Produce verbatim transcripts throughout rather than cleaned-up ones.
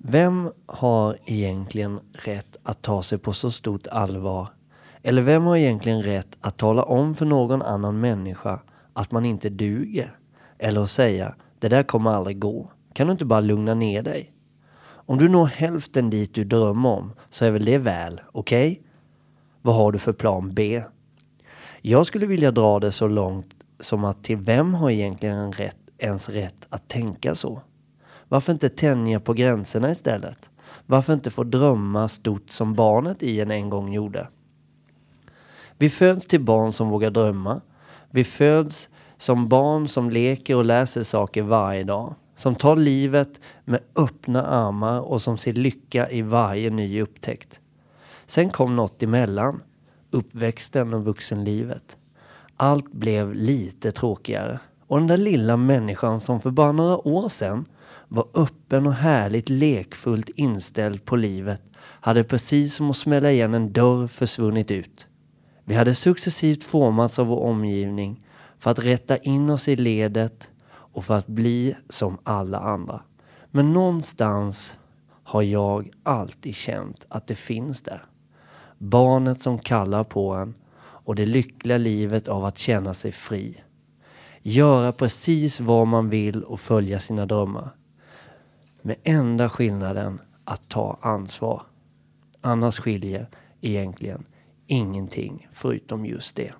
Vem har egentligen rätt att ta sig på så stort allvar? Eller vem har egentligen rätt att tala om för någon annan människa att man inte duger? Eller att säga, det där kommer aldrig gå. Kan du inte bara lugna ner dig? Om du når hälften dit du drömmer om så är väl det väl, okej? Okay? Vad har du för plan B? Jag skulle vilja dra det så långt som att till vem har egentligen rätt, ens rätt att tänka så? Varför inte tänja på gränserna istället? Varför inte få drömma stort som barnet i en en gång gjorde? Vi föds till barn som vågar drömma. Vi föds som barn som leker och läser saker varje dag. Som tar livet med öppna armar och som ser lycka i varje ny upptäckt. Sen kom något emellan. Uppväxten och vuxenlivet. Allt blev lite tråkigare. Och den där lilla människan som för bara några år sedan var öppen och härligt lekfullt inställd på livet hade precis som att smälla igen en dörr försvunnit ut. Vi hade successivt formats av vår omgivning för att rätta in oss i ledet och för att bli som alla andra. Men någonstans har jag alltid känt att det finns där. Barnet som kallar på en och det lyckliga livet av att känna sig fri. Göra precis vad man vill och följa sina drömmar. Med enda skillnaden att ta ansvar. Annars skiljer egentligen ingenting förutom just det.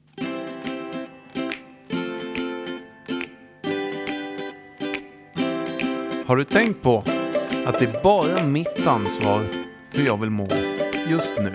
Har du tänkt på att det är bara mitt ansvar hur jag vill må just nu?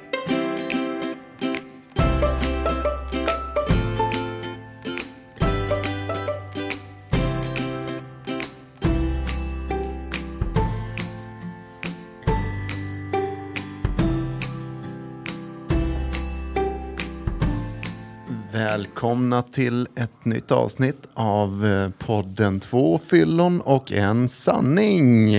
Välkomna till ett nytt avsnitt av podden Två fyllon och en sanning.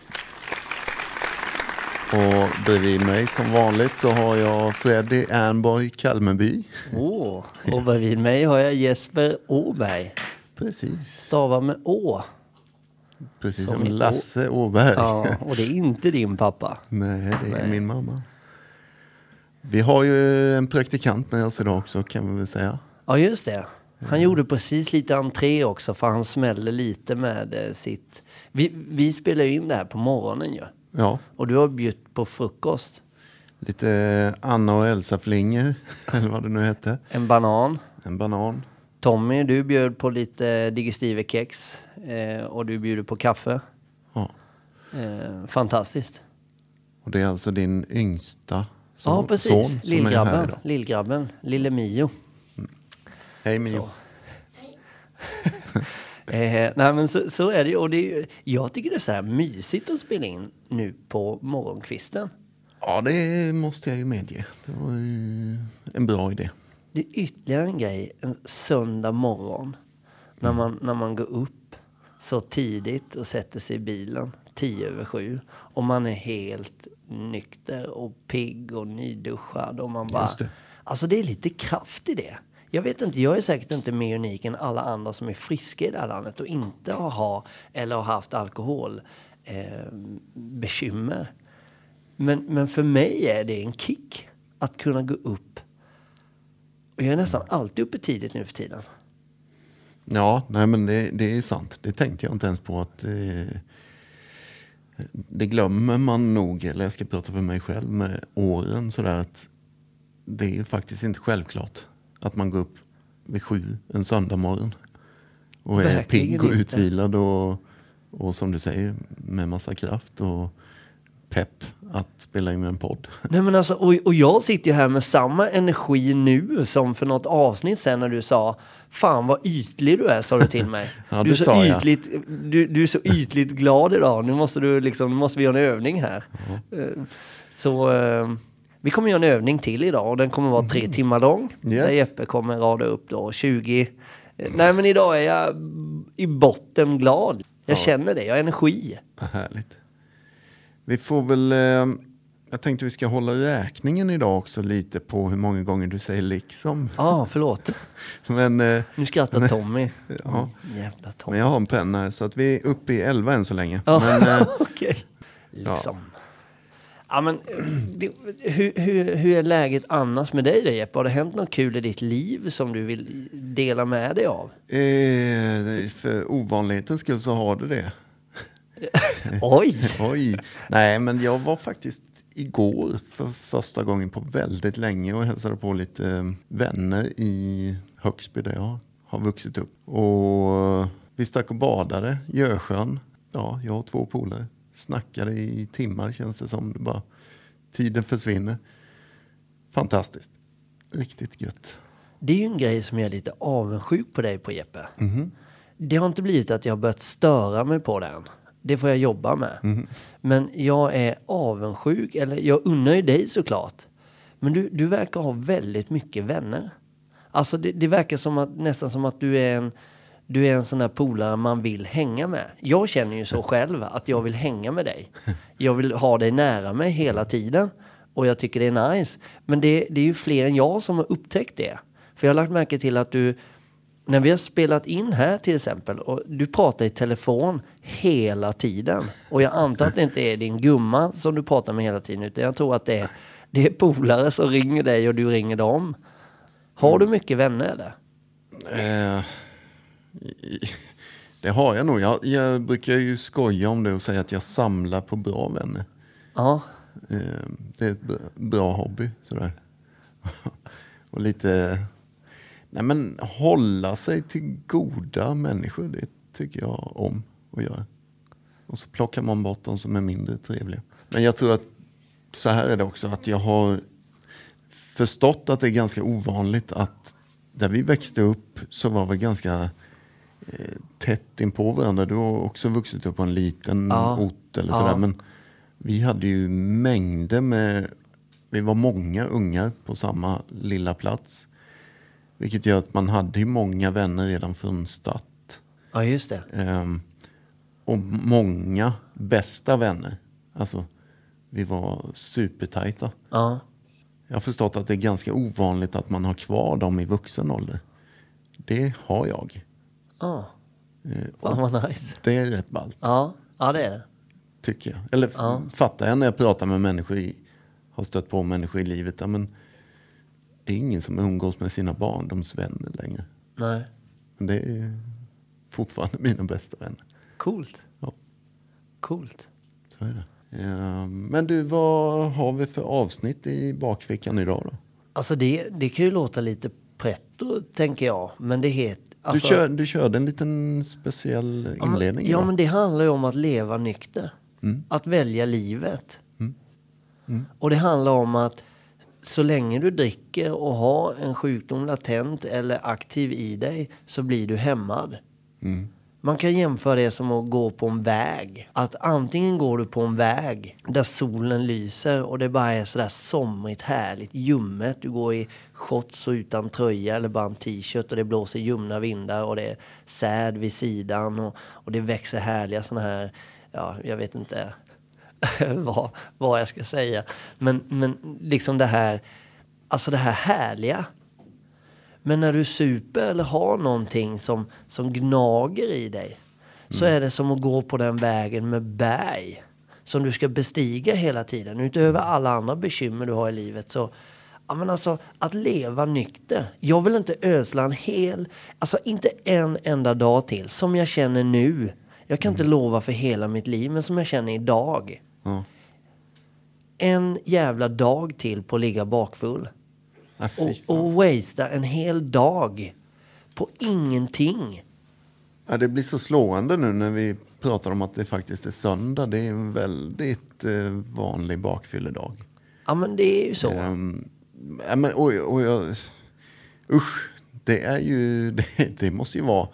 Och bredvid mig som vanligt så har jag Freddy Ernborg Kalmeby. Åh, oh, och bredvid mig har jag Jesper Åberg. Precis. Stavar med Å. Precis som, som Lasse Åberg. Ja, och det är inte din pappa. Nej, det är Nej. min mamma. Vi har ju en praktikant med oss idag också, kan vi väl säga. Ja, just det. Han gjorde precis lite entré också, för han smällde lite med eh, sitt... Vi, vi spelar ju in det här på morgonen ju. Ja. Och du har bjudit på frukost. Lite Anna och Elsa Flinger, eller vad det nu heter. En banan. En banan. Tommy, du bjöd på lite digestive-kex. Eh, och du bjuder på kaffe. Ja. Eh, fantastiskt. Och det är alltså din yngsta son, ja, precis. son som Lillgrabben, är här idag. Lillgrabben, lille Mio. Mm. Hej Mio. eh, nej men så, så är det ju. Och det är, jag tycker det är så här mysigt att spela in nu på morgonkvisten. Ja, det måste jag ju medge. Det var ju en bra idé. Det är ytterligare en grej, en söndag morgon. När man, när man går upp så tidigt och sätter sig i bilen. Tio över sju. Och man är helt nykter och pigg och nyduschad. Och man bara... Just det. Alltså det är lite kraft i det. Jag vet inte, jag är säkert inte mer unik än alla andra som är friska i det här landet. Och inte har eller har haft alkohol eh, bekymmer. Men, men för mig är det en kick att kunna gå upp. Och jag är nästan alltid uppe tidigt nu för tiden. Ja, nej men det, det är sant. Det tänkte jag inte ens på att... Eh, det glömmer man nog, eller jag ska prata för mig själv med åren sådär, att det är ju faktiskt inte självklart att man går upp vid sju en söndag morgon och är Verkligen pigg och inte. utvilad och, och som du säger med massa kraft och pepp att spela in en podd. Nej men alltså, och, och jag sitter ju här med samma energi nu som för något avsnitt sen när du sa, fan vad ytlig du är, sa du till mig. Ja, du, är det så sa jag. ytligt, du, du är så ytligt glad idag. Nu måste, du liksom, nu måste vi göra en övning här. Mm. Så uh, vi kommer göra en övning till idag och den kommer vara tre timmar lång. Yes. Där Jeppe kommer rada upp då tjugo. Nej men idag är jag i botten glad. Jag ja. känner det, jag har energi. Härligt. Vi får väl eh, Jag tänkte vi ska hålla räkningen idag också lite på hur många gånger du säger liksom. Ja, ah, förlåt. Men, eh, nu skrattar Tommy. Ja. Mm, jävla Tommy. Men jag har en penna här så att vi är uppe i elva än så länge. Ja, men, eh, okej. Liksom. Ja. Ja, men, det, hur, hur, hur är läget annars med dig då, Jeppe? Har det hänt något kul i ditt liv som du vill dela med dig av? Eh, för ovanlighetens skull så har du det. Oj! Oj! Nej, men jag var faktiskt igår för första gången på väldigt länge och hälsade på lite vänner i Högsby där jag har vuxit upp. Och vi stack och badade i Görsjön. Ja, jag och två polare. Snackade i timmar känns det som. Det bara, tiden försvinner. Fantastiskt. Riktigt gött. Det är ju en grej som jag är lite avundsjuk på dig på, Jeppe. Mm-hmm. Det har inte blivit att jag har börjat störa mig på den. Det får jag jobba med. Mm. Men jag är avundsjuk. Eller jag unnar ju dig såklart. Men du, du verkar ha väldigt mycket vänner. Alltså det, det verkar som att, nästan som att du är en... Du är en sån där polare man vill hänga med. Jag känner ju så själv att jag vill hänga med dig. Jag vill ha dig nära mig hela tiden. Och jag tycker det är nice. Men det, det är ju fler än jag som har upptäckt det. För jag har lagt märke till att du... När vi har spelat in här till exempel. Och du pratar i telefon hela tiden. Och jag antar att det inte är din gumma som du pratar med hela tiden. Utan jag tror att det är, det är polare som ringer dig och du ringer dem. Har du mycket vänner eller? Eh... Det har jag nog. Jag, jag brukar ju skoja om det och säga att jag samlar på bra vänner. Ja. Det är ett bra hobby. Sådär. Och lite... Nej, men hålla sig till goda människor, det tycker jag om att göra. Och så plockar man bort de som är mindre trevliga. Men jag tror att så här är det också. Att jag har förstått att det är ganska ovanligt att där vi växte upp så var vi ganska... tätt in på varandra. Du har också vuxit upp på en liten ja. ort eller sådär. Ja. Men vi hade ju mängder med... Vi var många ungar på samma lilla plats. Vilket gör att man hade ju många vänner redan från start. Ja, just det. Um, och många bästa vänner. Alltså, vi var supertajta. Ja. Jag har förstått att det är ganska ovanligt att man har kvar dem i vuxen ålder. Det har jag. Ja, fan vad nice. Det är rätt ballt. Ja, ja det är det. Tycker jag. Eller ja. fattar jag när jag pratar med människor i, har stött på människor i livet. Ja, men det är ingen som umgås med sina barn, de vänner längre. Nej. Men det är fortfarande mina bästa vänner. Coolt. Ja. Coolt. Så är det. Ja, men du, vad har vi för avsnitt i bakfickan idag då? Alltså det, det kan ju låta lite pretto, tänker jag. Men det heter... Alltså, du, kör, du körde en liten speciell inledning. Ja, men, ja, men det handlar ju om att leva nykter. Mm. Att välja livet. Mm. Mm. Och det handlar om att så länge du dricker och har en sjukdom latent eller aktiv i dig så blir du hämmad. Mm. Man kan jämföra det som att gå på en väg. Att antingen går du på en väg där solen lyser och det bara är sådär somrigt, härligt, ljummet. Du går i shorts och utan tröja eller bara en t-shirt och det blåser ljumna vindar och det är säd vid sidan och, och det växer härliga såna här, ja, jag vet inte vad, vad jag ska säga. Men, men liksom det här, alltså det här härliga. Men när du super eller har någonting som, som gnager i dig mm. så är det som att gå på den vägen med berg som du ska bestiga hela tiden. Utöver alla andra bekymmer du har i livet så, ja men alltså att leva nykter. Jag vill inte ödsla en hel, alltså inte en enda dag till som jag känner nu. Jag kan mm. inte lova för hela mitt liv, men som jag känner idag. Mm. En jävla dag till på att ligga bakfull. Ah, och, och wastea en hel dag på ingenting. Ja, det blir så slående nu när vi pratar om att det faktiskt är söndag. Det är en väldigt eh, vanlig bakfylledag. Ja, men det är ju så. Um, ja, men, och, och jag, usch, det är ju, det, det måste ju vara,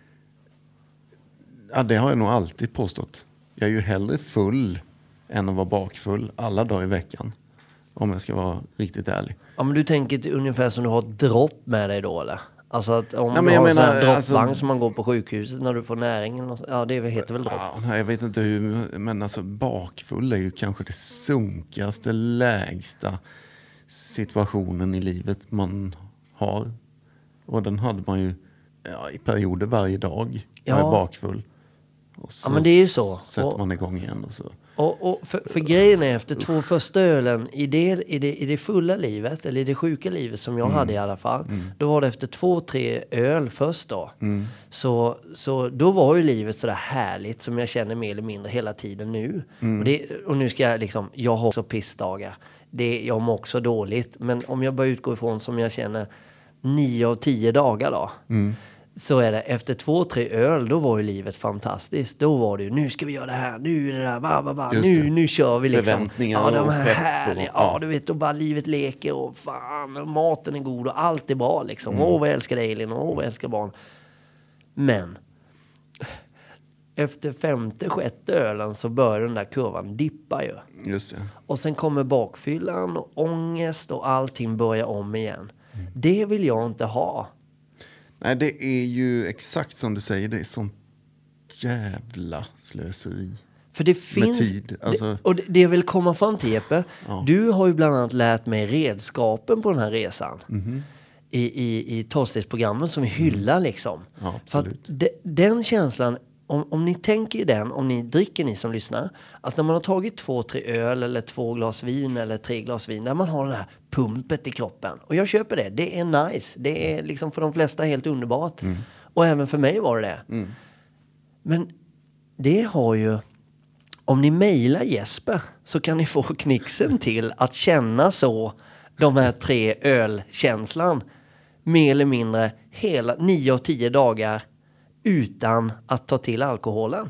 ja, det har jag nog alltid påstått. Jag är ju hellre full än att vara bakfull alla dagar i veckan. Om jag ska vara riktigt ärlig. Ja, men du tänker ungefär som du har ett dropp med dig då, eller? Alltså att om Nej, du har en sån här menar, droppvagn alltså, som man går på sjukhuset när du får näring. Eller något, ja, det heter väl dropp. Ja, nej, jag vet inte hur, men alltså bakfull är ju kanske det sunkigaste, lägsta situationen i livet man har. Och den hade man ju ja, i perioder varje dag. Ja. Jag är bakfull. Och så Ja, men det är ju så. sätter Och- man igång igen och så. Och, och för, för grejen är efter två första ölen i det, i, det, i det fulla livet, eller i det sjuka livet som jag hade i alla fall. Då var det efter två, tre öl först då. Så, så då var ju livet sådär härligt som jag känner mer eller mindre hela tiden nu. Och, det, och nu ska jag liksom, jag har också pissdagar. Det, jag mår också dåligt. Men om jag bara utgår ifrån som jag känner nio av tio dagar då. Så är det, efter två, tre öl, då var ju livet fantastiskt. Då var det ju, nu ska vi göra det här, nu är det där, va, va, va, Just nu, det. nu kör vi liksom. Förväntningar Ja, de och här pepp och- härliga, ja. ja. du vet, och bara livet leker och fan, och maten är god och allt är bra liksom. Åh, vad jag älskar dig, Elin, och åh, vad jag älskar barn. Men efter femte, sjätte ölen så börjar den där kurvan dippa ju. Just det. Och sen kommer bakfyllan och ångest och allting börjar om igen. Det vill jag inte ha. Nej, det är ju exakt som du säger. Det är sånt jävla slöseri. För det finns... tid, alltså- det, och det, det jag vill komma fram till, Jeppe. Ja. Du har ju bland annat lärt mig redskapen på den här resan. Mhm. I, i, i tolvstegsprogrammen som vi hyllar liksom. Ja, För att absolut. de, den känslan, om, om ni tänker i den, om ni dricker ni som lyssnar. Att när man har tagit två, tre öl eller två glas vin eller tre glas vin. Där man har det här pumpet i kroppen. Och jag köper det. Det är nice. Det är liksom för de flesta helt underbart. Mm. Och även för mig var det det. Men det har ju... Om ni mejlar Jesper så kan ni få knixen till att känna så de här tre ölkänslan mer eller mindre hela nio av tio dagar utan att ta till alkoholen.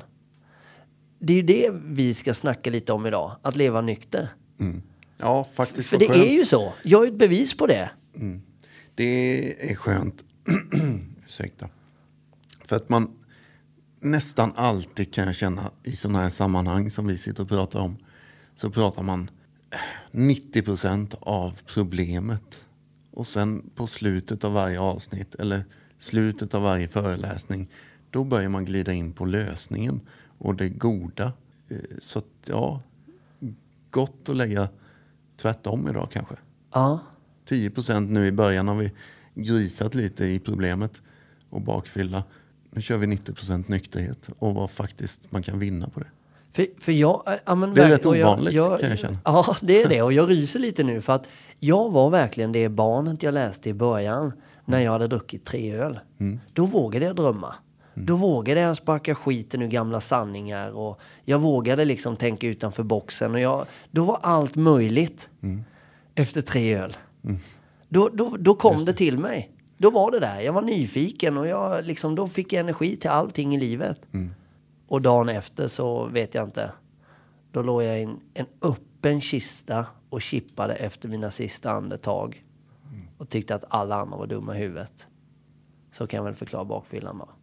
Det är ju det vi ska snacka lite om idag, att leva nykter. Ja, faktiskt. För vad det skönt. är ju så. Jag är ett bevis på det. Det är skönt. Ursäkta. För att man nästan alltid kan jag känna i sådana här sammanhang som vi sitter och pratar om. Så pratar man nittio procent av problemet. Och sen på slutet av varje avsnitt eller slutet av varje föreläsning. Då börjar man glida in på lösningen och det goda. Eh, Så att ja, gott att lägga tvärtom idag kanske. Ja. tio procent nu i början har vi grisat lite i problemet och bakfylla. Nu kör vi nittio procent nykterhet och vad faktiskt man kan vinna på det. För, för jag, ja, men Det är verk- rätt och jag- ovanligt, jag, kan jag känna. Ja, det är det. Och jag ryser lite nu för att jag var verkligen det barnet jag läste i början när jag hade druckit tre öl. Mm. Då vågade jag drömma. Då vågade jag sparka skiten ur gamla sanningar och jag vågade liksom tänka utanför boxen. Och jag, då var allt möjligt Mm. efter tre öl. Då, då, då kom det. till mig. Då var det där. Jag var nyfiken och jag liksom, då fick jag energi till allting i livet. Och dagen efter så vet jag inte. Då låg jag i en, en öppen kista och chippade efter mina sista andetag. Och tyckte att alla andra var dumma i huvudet. Så kan jag väl förklara bakfyllan då.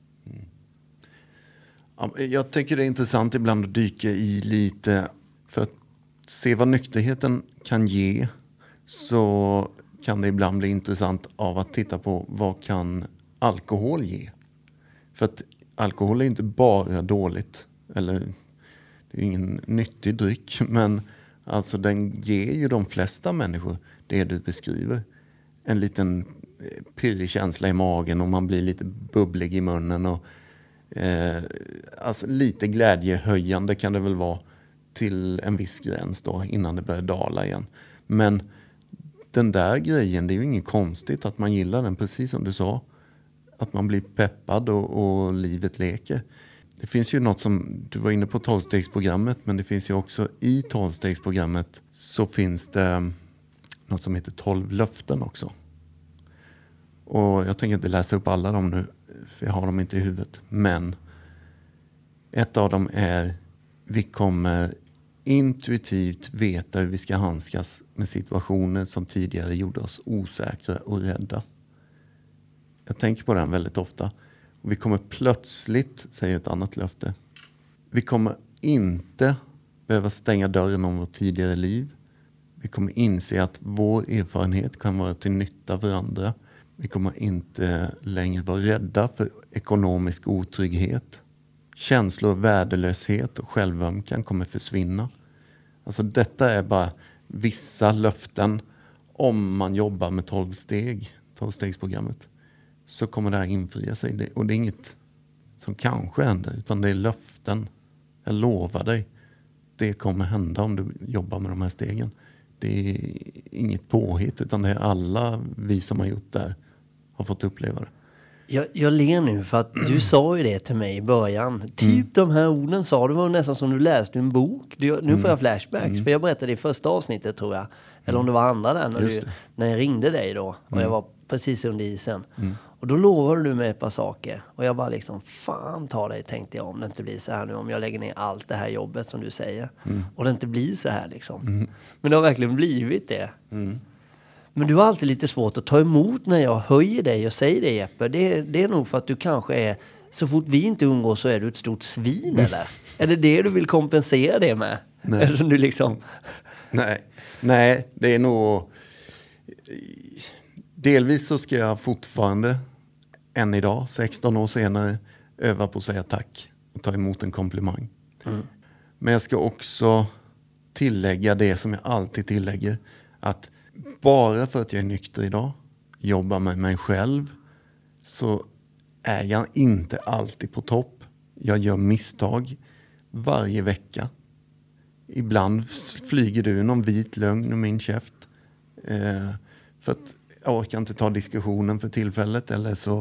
Ja, jag tycker det är intressant ibland att dyka i lite för att se vad nykterheten kan ge. Så kan det ibland bli intressant av att titta på vad kan alkohol ge. För att alkohol är inte bara dåligt. Eller det är ingen nyttig dryck. Men alltså den ger ju de flesta människor det du beskriver. En liten pirrig känsla i magen och man blir lite bubblig i munnen. Och, eh, alltså lite glädjehöjande kan det väl vara till en viss gräns då innan det börjar dala igen. Men den där grejen, det är ju inget konstigt att man gillar den, precis som du sa. Att man blir peppad och, och livet leker. Det finns ju något som, du var inne på tolvstegsprogrammet, men det finns ju också i tolvstegsprogrammet så finns det något som heter tolv löften också. Och jag tänker inte läsa upp alla dem nu, för jag har dem inte i huvudet. Men ett av dem är, vi kommer intuitivt veta hur vi ska handskas med situationer som tidigare gjorde oss osäkra och rädda. Jag tänker på den väldigt ofta. Och vi kommer plötsligt, säger ett annat löfte, vi kommer inte behöva stänga dörren om vårt tidigare liv. Vi kommer inse att vår erfarenhet kan vara till nytta för andra. Vi kommer inte längre vara rädda för ekonomisk otrygghet. Känslor av värdelöshet och självömkan kommer försvinna. Alltså detta är bara vissa löften. Om man jobbar med tolv steg, tolvstegsprogrammet, så kommer det här infria sig. Det, och det är inget som kanske händer, utan det är löften. Jag lovar dig, det kommer hända om du jobbar med de här stegen. Det är inget påhitt, utan det är alla vi som har gjort det här har fått uppleva det. Jag, jag ler nu för att du sa ju det till mig i början. Typ mm. de här orden sa, det var nästan som du läste en bok. Du, nu får jag flashbacks, mm. för jag berättade i första avsnittet tror jag. Eller om det var andra där, när, du, när jag ringde dig då. Och mm. jag var precis under isen. Mm. Och då lovade du mig ett par saker. Och jag bara liksom, fan ta dig, tänkte jag, om det inte blir så här nu. Om jag lägger ner allt det här jobbet som du säger. Mm. Och det inte blir så här liksom. Mm. Men det har verkligen blivit det. Mm. Men du har alltid lite svårt att ta emot när jag höjer dig och säger det, Jeppe. Det, det är nog för att du kanske är, så fort vi inte umgås så är du ett stort svin eller? Är det det du vill kompensera det med? Nej. Eller du liksom... Nej. Nej, det är nog... Delvis så ska jag fortfarande, än idag, sexton år senare, öva på att säga tack och ta emot en komplimang. Mm. Men jag ska också tillägga det som jag alltid tillägger, att bara för att jag är nykter idag, jobbar med mig själv, så är jag inte alltid på topp. Jag gör misstag varje vecka. Ibland flyger du någon vit lögn ur min käft. Eh, för att jag orkar inte ta diskussionen för tillfället. Eller så...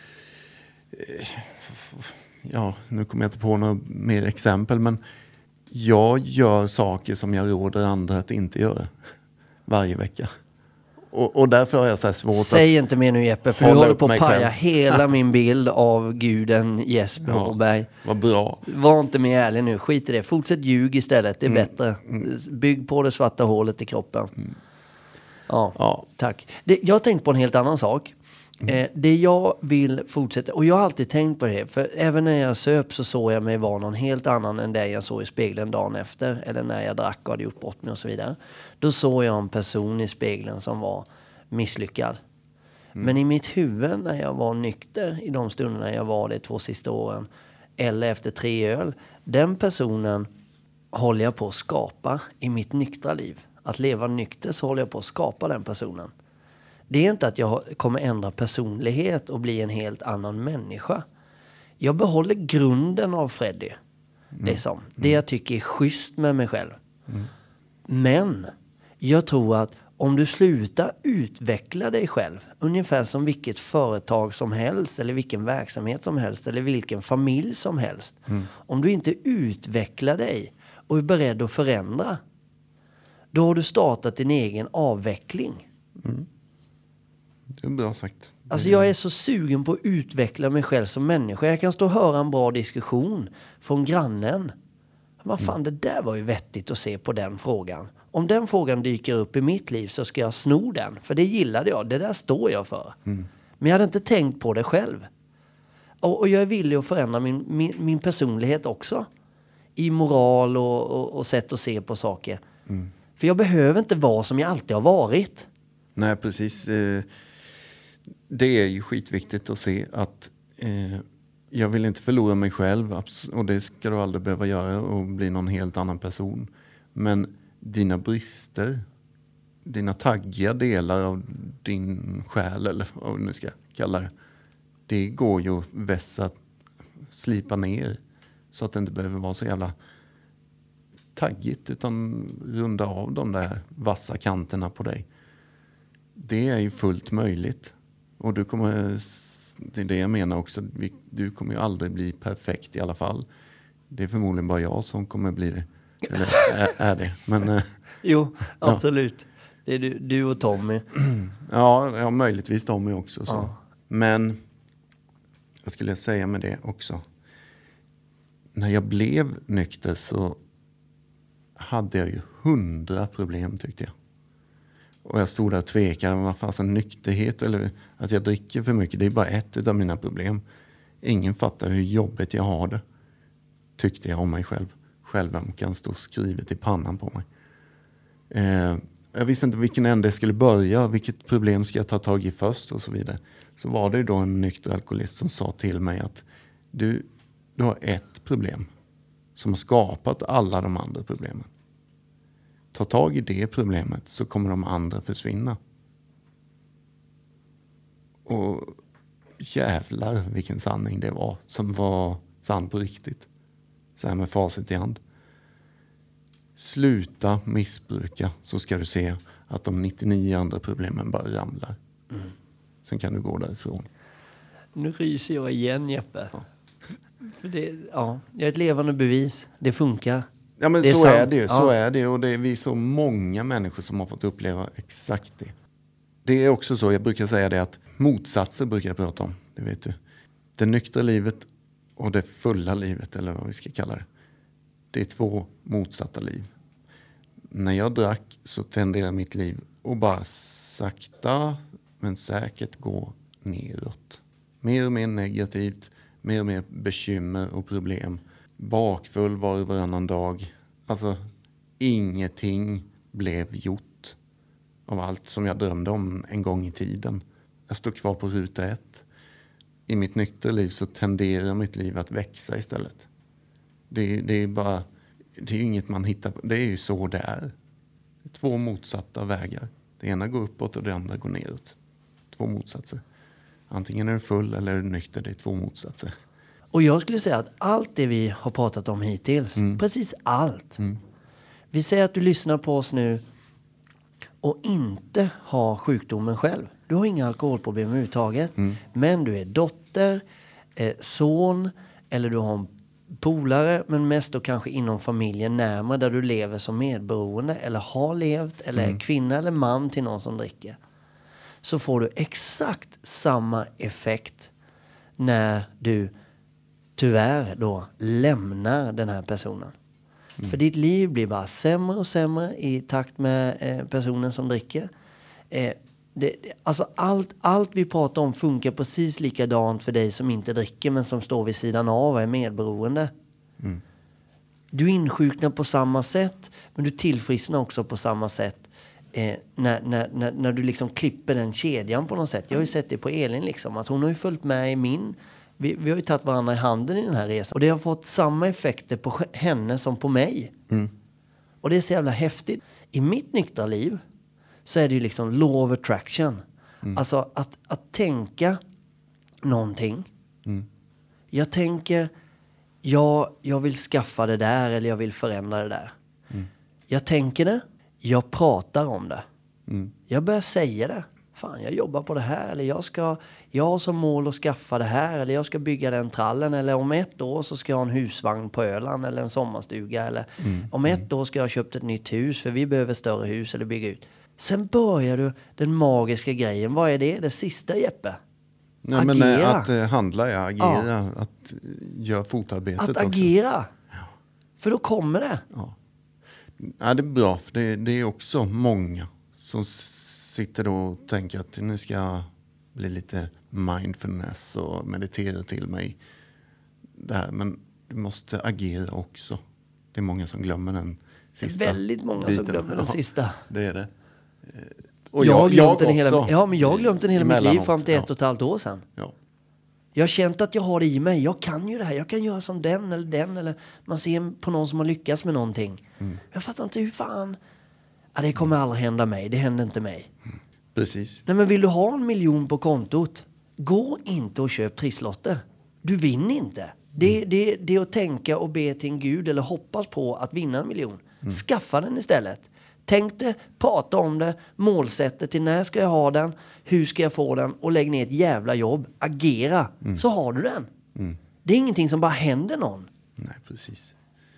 Eh, ja, nu kommer jag inte på några mer exempel. Men jag gör saker som jag råder andra att inte göra. Varje vecka. Och, och därför har jag så här svårt Säg att... Säg inte mer nu, Jeppe, för du håller på att paja hela min bild av guden Jesper ja, Åberg. Vad bra. Var inte mer ärlig nu, skit i det. Fortsätt ljug istället, det är mm. bättre. Bygg på det svarta hålet i kroppen. Mm. Ja, ja, tack. Det, jag har tänkt på en helt annan sak. Mm. Eh, det jag vill fortsätta, och jag har alltid tänkt på det, för även när jag söp så såg jag mig vara någon helt annan än det jag såg i spegeln dagen efter, eller när jag drack och hade gjort bort mig och så vidare. Då såg jag en person i spegeln som var misslyckad. Mm. Men i mitt huvud när jag var nykter, i de stunderna jag var det två sista åren, eller efter tre öl, den personen håller jag på att skapa i mitt nyktra liv. Att leva nykter, så håller jag på att skapa den personen. Det är inte att jag kommer ändra personlighet och bli en helt annan människa. Jag behåller grunden av Freddy. Mm. Det, som, det jag tycker är schysst med mig själv. Mm. Men jag tror att om du slutar utveckla dig själv, ungefär som vilket företag som helst, eller vilken verksamhet som helst, eller vilken familj som helst. Mm. Om du inte utvecklar dig och är beredd att förändra, då har du startat din egen avveckling. Mm. Det är bra sagt. Alltså jag är så sugen på att utveckla mig själv som människa. Jag kan stå och höra en bra diskussion från grannen. Vad fan, mm. det där var ju vettigt att se på den frågan. Om den frågan dyker upp i mitt liv så ska jag sno den. För det gillade jag. Det där står jag för. Mm. Men jag hade inte tänkt på det själv. Och, och jag är villig att förändra min, min, min personlighet också. I moral och, och, och sätt att se på saker. Mm. För jag behöver inte vara som jag alltid har varit. Nej, precis. Det är ju skitviktigt att se att eh, jag vill inte förlora mig själv. Och det ska du aldrig behöva göra och bli någon helt annan person. Men dina brister, dina taggiga delar av din själ, eller vad du nu ska kalla det, det går ju att vässa, slipa ner. Så att det inte behöver vara så jävla taggigt, utan runda av de där vassa kanterna på dig. Det är ju fullt möjligt. Och du kommer, det är det jag menar också, du kommer ju aldrig bli perfekt i alla fall. Det är förmodligen bara jag som kommer bli det. Eller är, är det. Men, jo, absolut. Ja. Det är du, du och Tommy. Ja, ja, möjligtvis Tommy också. Så. Ja. Men vad skulle jag säga med det också? När jag blev nykter så hade jag ju hundra problem, tyckte jag. Och jag stod där och tvekade. Vad fasen, nykterhet eller att jag dricker för mycket, det är bara ett av mina problem. Ingen fattar hur jobbigt jag har det, tyckte jag om mig själv. Självömkan stod skrivet i pannan på mig. Eh, jag visste inte vilken ände jag skulle börja. Vilket problem ska jag ta tag i först och så vidare. Så var det ju då en nykter alkoholist som sa till mig att du, du har ett problem som har skapat alla de andra problemen. Ta tag i det problemet så kommer de andra försvinna. Och jävlar vilken sanning det var. Som var sann på riktigt. Så här med facit i hand. Sluta missbruka så ska du se att de nittionio andra problemen bara ramlar. Mm. Sen kan du gå därifrån. Nu ryser jag igen, Jeppe. Ja. För det, ja, jag är ett levande bevis. Det funkar. Ja, men det så är, är det. Så ja. är det. Och det är vi så många människor som har fått uppleva exakt det. Det är också så, jag brukar säga det att motsatser brukar jag prata om. Det vet du. Det nyktra livet och det fulla livet, eller vad vi ska kalla det. Det är två motsatta liv. När jag drack så tenderar mitt liv att bara sakta men säkert gå neråt. Mer och mer negativt, mer och mer bekymmer och problem. Bakfull var och varannan dag. Alltså, ingenting blev gjort av allt som jag drömde om en gång i tiden. Jag står kvar på ruta ett. I mitt nyktra liv så tenderar mitt liv att växa istället. Det, det är bara, det är ju inget man hittar på. Det är ju så det är. Det är två motsatta vägar. Det ena går uppåt och det andra går neråt. Två motsatser. Antingen är du full eller är du nykter. Det är två motsatser. Och jag skulle säga att allt det vi har pratat om hittills, mm. precis allt. Mm. Vi säger att du lyssnar på oss nu och inte har sjukdomen själv. Du har inga alkoholproblem överhuvudtaget. Mm. Men du är dotter, eh, son eller du har en polare, men mest då kanske inom familjen närmare där du lever som medberoende eller har levt eller mm. är kvinna eller man till någon som dricker. Så får du exakt samma effekt när du tyvärr då lämnar den här personen. Mm. För ditt liv blir bara sämre och sämre i takt med eh, personen som dricker. Eh, det, alltså allt, allt vi pratar om funkar precis likadant för dig som inte dricker men som står vid sidan av och är medberoende. Mm. Du insjuknar på samma sätt men du tillfrisknar också på samma sätt eh, när, när, när, när du liksom klipper den kedjan på något sätt. Jag har ju sett det på Elin liksom, att hon har ju följt med i min. Vi, vi har ju tagit varandra i handen i den här resan. Och det har fått samma effekter på henne som på mig. Mm. Och det är så jävla häftigt. I mitt nyktra liv så är det ju liksom law of attraction. Mm. Alltså att, att tänka någonting. Mm. Jag tänker, ja, jag vill skaffa det där eller jag vill förändra det där. Mm. Jag tänker det, jag pratar om det. Mm. Jag börjar säga det. Fan, jag jobbar på det här. Eller jag ska, jag har som mål att skaffa det här. Eller jag ska bygga den trallen. Eller om ett år så ska jag ha en husvagn på Öland. Eller en sommarstuga. Eller mm. om ett år ska jag ha köpt ett nytt hus. För vi behöver större hus eller bygga ut. Sen börjar du den magiska grejen. Vad är det? Det sista, Jeppe? Nej, agera. Men att uh, handla, ja. Agera. Ja. Att uh, göra fotarbetet också. Att agera. Ja. För då kommer det. Ja, ja det är bra. För det, det är också många som sitter då och tänker att nu ska jag bli lite mindfulness och meditera till mig. Det här. Men du måste agera också. Det är många som glömmer den sista. Det är väldigt många biten. Som glömmer den sista. Ja, det är det. Och jag, jag har glömt den hela, ja, men jag har glömt den hela mitt liv fram till ett och ett halvt år sedan. Ja. Jag har känt att jag har det i mig. Jag kan ju det här. Jag kan göra som den eller den. Eller man ser på någon som har lyckats med någonting. Mm. Jag fattar inte hur fan. Ja, det kommer aldrig hända mig. Det händer inte mig. Mm. Precis. Nej, men vill du ha en miljon på kontot? Gå inte och köp trisslotter. Du vinner inte. Det, mm. det, det är att tänka och be till en gud eller hoppas på att vinna en miljon. Mm. Skaffa den istället. Tänk det, prata om det, målsätta till när ska jag ha den, hur ska jag få den och lägg ner ett jävla jobb. Agera, mm. så har du den. Mm. Det är ingenting som bara händer någon. Nej, precis.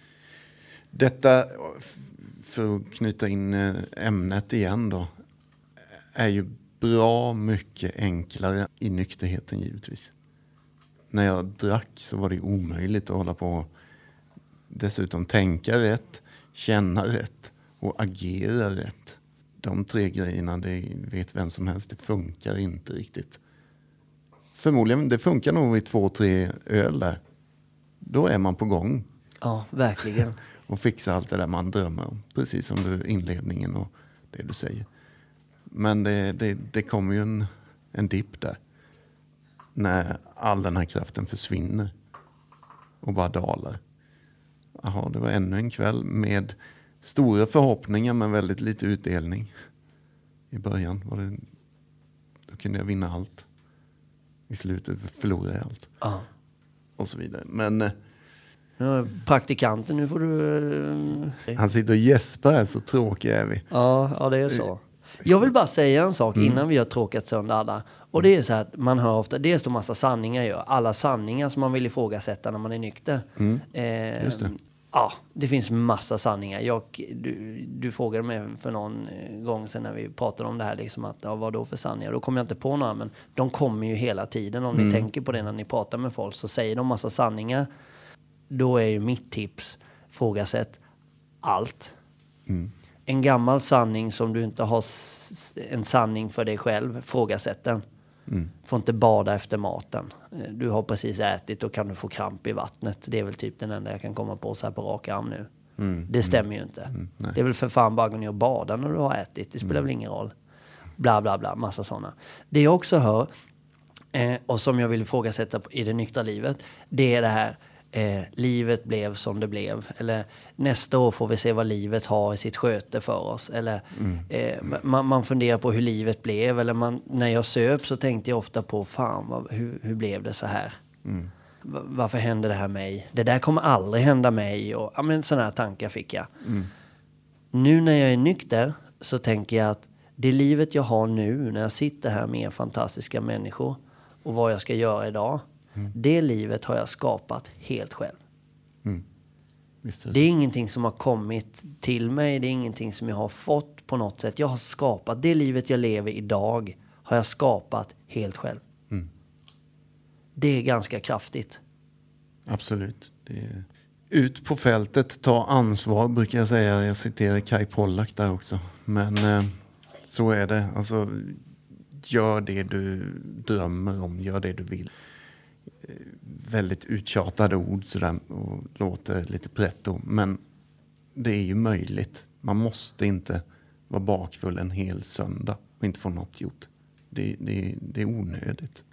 Detta, för att knyta in ämnet igen då, är ju bra mycket enklare i nykterheten givetvis. När jag drack så var det omöjligt att hålla på dessutom tänka rätt, känna rätt och agera rätt. De tre grejerna, det vet vem som helst, det funkar inte riktigt. Förmodligen, det funkar nog i två, tre öl där. Då är man på gång. Ja, verkligen. Och fixa allt det där man drömmer om. Precis som du inledningen och det du säger. Men det, det, det kommer ju en, en dipp där. När all den här kraften försvinner. Och bara dalar. Jaha, det var ännu en kväll med stora förhoppningar men väldigt lite utdelning. I början var det, då kunde jag vinna allt. I slutet förlorade jag allt. Ja. Och så vidare. Men Ja, praktikanten, nu får du... han sitter och gäspar här, så tråkiga är vi. Ja, ja, det är så. Jag vill bara säga en sak innan vi har tråkat sönder alla. Och det är så här att man hör ofta, dels en massa sanningar gör. Alla sanningar som man vill ifrågasätta när man är nykter. Mm. Eh, Just det. Ja, det finns massa sanningar. Jag, du, du frågade mig för någon gång sedan när vi pratade om det här. Liksom att, ja, vad då för sanningar? Då kommer jag inte på några, men de kommer ju hela tiden. Om Mm. ni tänker på det när ni pratar med folk så säger de massa sanningar. Då är ju mitt tips, frågasätt allt. Mm. En gammal sanning som du inte har s- en sanning för dig själv, frågasätt den. Mm. Får inte bada efter maten. Du har precis ätit och kan du få kramp i vattnet. Det är väl typ den enda jag kan komma på så här på rak arm nu. Mm. Det stämmer ju inte. Mm. Det är väl för fan bara gå ner och bada när du har ätit. Det spelar Mm. väl ingen roll. Bla bla bla, massa sådana. Det jag också hör, eh, och som jag vill ifrågasätta i det nyktra livet, det är det här. Eh, livet blev som det blev. Eller nästa år får vi se vad livet har i sitt sköte för oss. Eller Mm. eh, man, man funderar på hur livet blev. Eller man, när jag söp så tänkte jag ofta på fan, vad, hur, hur blev det så här? Mm. Va- varför hände det här mig? Det där kommer aldrig hända mig. Och, ja, men sådana här tankar fick jag. Mm. Nu när jag är nykter så tänker jag att det livet jag har nu när jag sitter här med er fantastiska människor och vad jag ska göra idag. Mm. Det livet har jag skapat helt själv. Mm. Visst är det Det är så. ingenting som har kommit till mig. Det är ingenting som jag har fått på något sätt. Jag har skapat det livet jag lever idag. Har jag skapat helt själv. Mm. Det är ganska kraftigt. Absolut. Det är... Ut på fältet, ta ansvar brukar jag säga. Jag citerar Kai Pollak där också. Men eh, så är det. Alltså, gör det du drömmer om. Gör det du vill. Eh, väldigt uttjatade ord sådär, och låter lite pretto. Men det är ju möjligt. Man måste inte vara bakfull en hel söndag och inte få något gjort. Det, det, det är onödigt.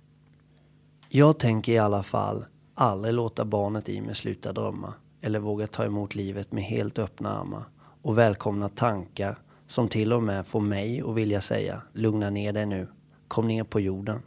Jag tänker i alla fall aldrig låta barnet i mig sluta drömma. Eller våga ta emot livet med helt öppna armar. Och välkomna tankar som till och med får mig att vilja säga lugna ner dig nu. Kom ner på jorden.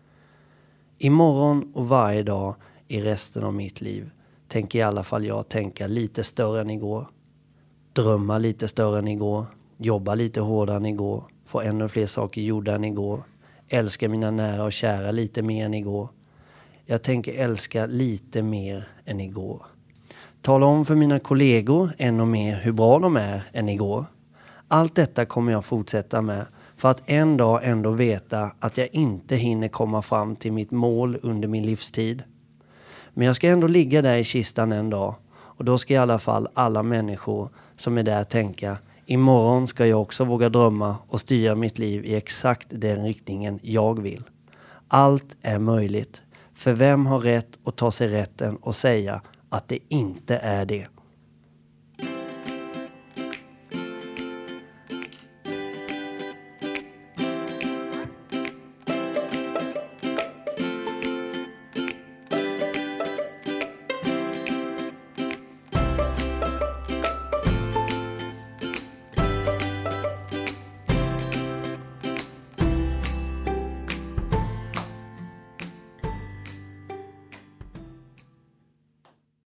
Imorgon och varje dag i resten av mitt liv tänker i alla fall jag tänka lite större än igår. Drömma lite större än igår. Jobba lite hårdare än igår. Få ännu fler saker gjorda än igår. Älska mina nära och kära lite mer än igår. Jag tänker älska lite mer än igår. Tala om för mina kollegor ännu mer hur bra de är än igår. Allt detta kommer jag fortsätta med för att en dag ändå veta att jag inte hinner komma fram till mitt mål under min livstid. Men jag ska ändå ligga där i kistan en dag och då ska i alla fall alla människor som är där tänka imorgon ska jag också våga drömma och styra mitt liv i exakt den riktningen jag vill. Allt är möjligt. För vem har rätt att ta sig rätten och säga att det inte är det?